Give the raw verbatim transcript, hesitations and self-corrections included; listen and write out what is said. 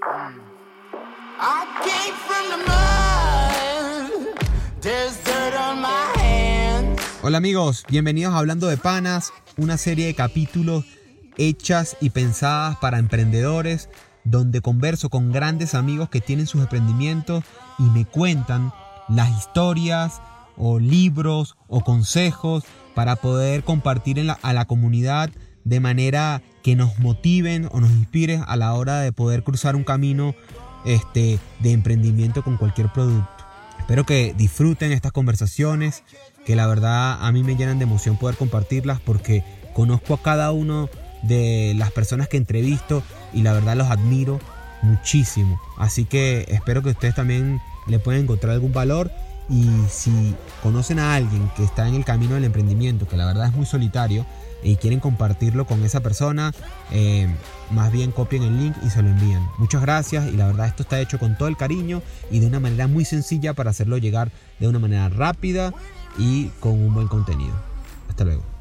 I came from the mud. There's dirt on my hands. Hola amigos, bienvenidos a Hablando de Panas, una serie de capítulos hechas y pensadas para emprendedores, donde converso con grandes amigos que tienen sus emprendimientos y me cuentan las historias o libros o consejos para poder compartir en la, a la comunidad de manera que nos motiven o nos inspiren a la hora de poder cruzar un camino este, de emprendimiento con cualquier producto. Espero que disfruten estas conversaciones, que la verdad a mí me llenan de emoción poder compartirlas porque conozco a cada uno de las personas que entrevisto y la verdad los admiro muchísimo. Así que espero que ustedes también le puedan encontrar algún valor, y si conocen a alguien que está en el camino del emprendimiento, que la verdad es muy solitario, y quieren compartirlo con esa persona, eh, más bien copien el link y se lo envían. Muchas gracias, y la verdad esto está hecho con todo el cariño y de una manera muy sencilla para hacerlo llegar de una manera rápida y con un buen contenido. Hasta luego.